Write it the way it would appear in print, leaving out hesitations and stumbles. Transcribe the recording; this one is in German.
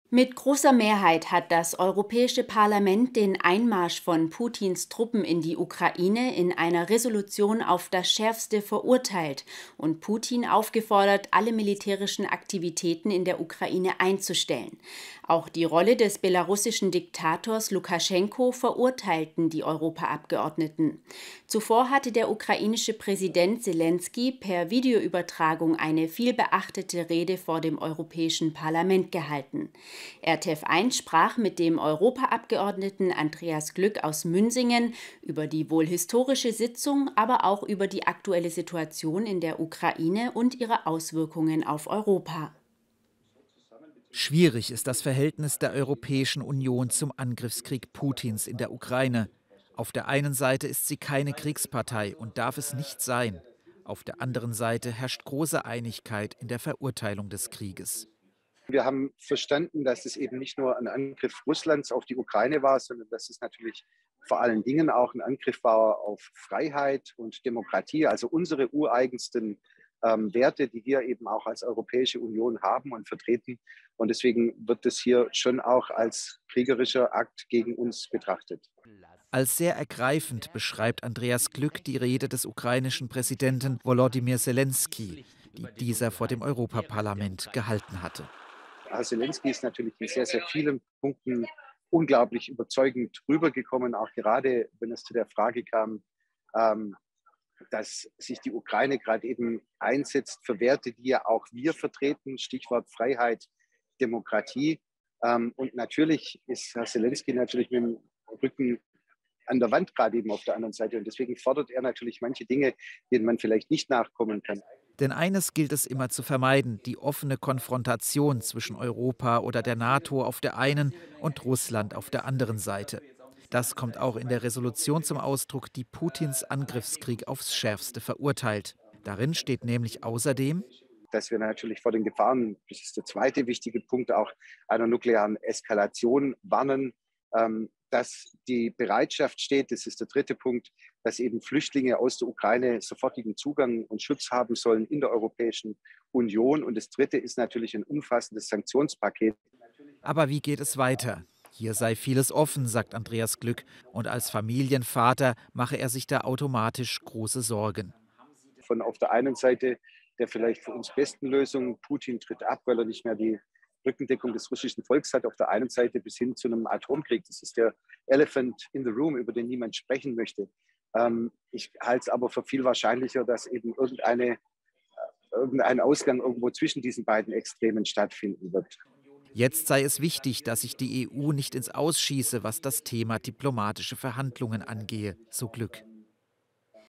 Mit großer Mehrheit hat das Europäische Parlament den Einmarsch von Putins Truppen in die Ukraine in einer Resolution auf das Schärfste verurteilt und Putin aufgefordert, alle militärischen Aktivitäten in der Ukraine einzustellen. Auch die Rolle des belarussischen Diktators Lukaschenko verurteilten die Europaabgeordneten. Zuvor hatte der ukrainische Präsident Selenskyj per Videoübertragung eine vielbeachtete Rede vor dem Europäischen Parlament gehalten. RTF1 sprach mit dem Europaabgeordneten Andreas Glück aus Münsingen über die wohl historische Sitzung, aber auch über die aktuelle Situation in der Ukraine und ihre Auswirkungen auf Europa. Schwierig ist das Verhältnis der Europäischen Union zum Angriffskrieg Putins in der Ukraine. Auf der einen Seite ist sie keine Kriegspartei und darf es nicht sein. Auf der anderen Seite herrscht große Einigkeit in der Verurteilung des Krieges. Wir haben verstanden, dass es eben nicht nur ein Angriff Russlands auf die Ukraine war, sondern dass es natürlich vor allen Dingen auch ein Angriff war auf Freiheit und Demokratie, also unsere ureigensten Werte, die wir eben auch als Europäische Union haben und vertreten. Und deswegen wird es hier schon auch als kriegerischer Akt gegen uns betrachtet. Als sehr ergreifend beschreibt Andreas Glück die Rede des ukrainischen Präsidenten Volodymyr Selenskyj, die dieser vor dem Europaparlament gehalten hatte. Herr Selenskyj ist natürlich in sehr, sehr vielen Punkten unglaublich überzeugend rübergekommen, auch gerade wenn es zu der Frage kam, dass sich die Ukraine gerade eben einsetzt für Werte, die ja auch wir vertreten, Stichwort Freiheit, Demokratie. Und natürlich ist Herr Selenskyj natürlich mit dem Rücken an der Wand gerade eben auf der anderen Seite. Und deswegen fordert er natürlich manche Dinge, denen man vielleicht nicht nachkommen kann. Denn eines gilt es immer zu vermeiden: die offene Konfrontation zwischen Europa oder der NATO auf der einen und Russland auf der anderen Seite. Das kommt auch in der Resolution zum Ausdruck, die Putins Angriffskrieg aufs Schärfste verurteilt. Darin steht nämlich außerdem, dass wir natürlich vor den Gefahren, das ist der zweite wichtige Punkt, auch einer nuklearen Eskalation warnen, dass die Bereitschaft steht, das ist der dritte Punkt, dass eben Flüchtlinge aus der Ukraine sofortigen Zugang und Schutz haben sollen in der Europäischen Union. Und das dritte ist natürlich ein umfassendes Sanktionspaket. aber wie geht es weiter? Hier sei vieles offen, sagt Andreas Glück, und als Familienvater mache er sich da automatisch große Sorgen. Von auf der einen Seite der vielleicht für uns besten Lösung, Putin tritt ab, weil er nicht mehr die Rückendeckung des russischen Volks hat, auf der einen Seite bis hin zu einem Atomkrieg. Das ist der Elephant in the Room, über den niemand sprechen möchte. Ich halte es aber für viel wahrscheinlicher, dass eben irgendein Ausgang irgendwo zwischen diesen beiden Extremen stattfinden wird. Jetzt sei es wichtig, dass sich die EU nicht ins Ausschieße, was das Thema diplomatische Verhandlungen angehe, so Glück.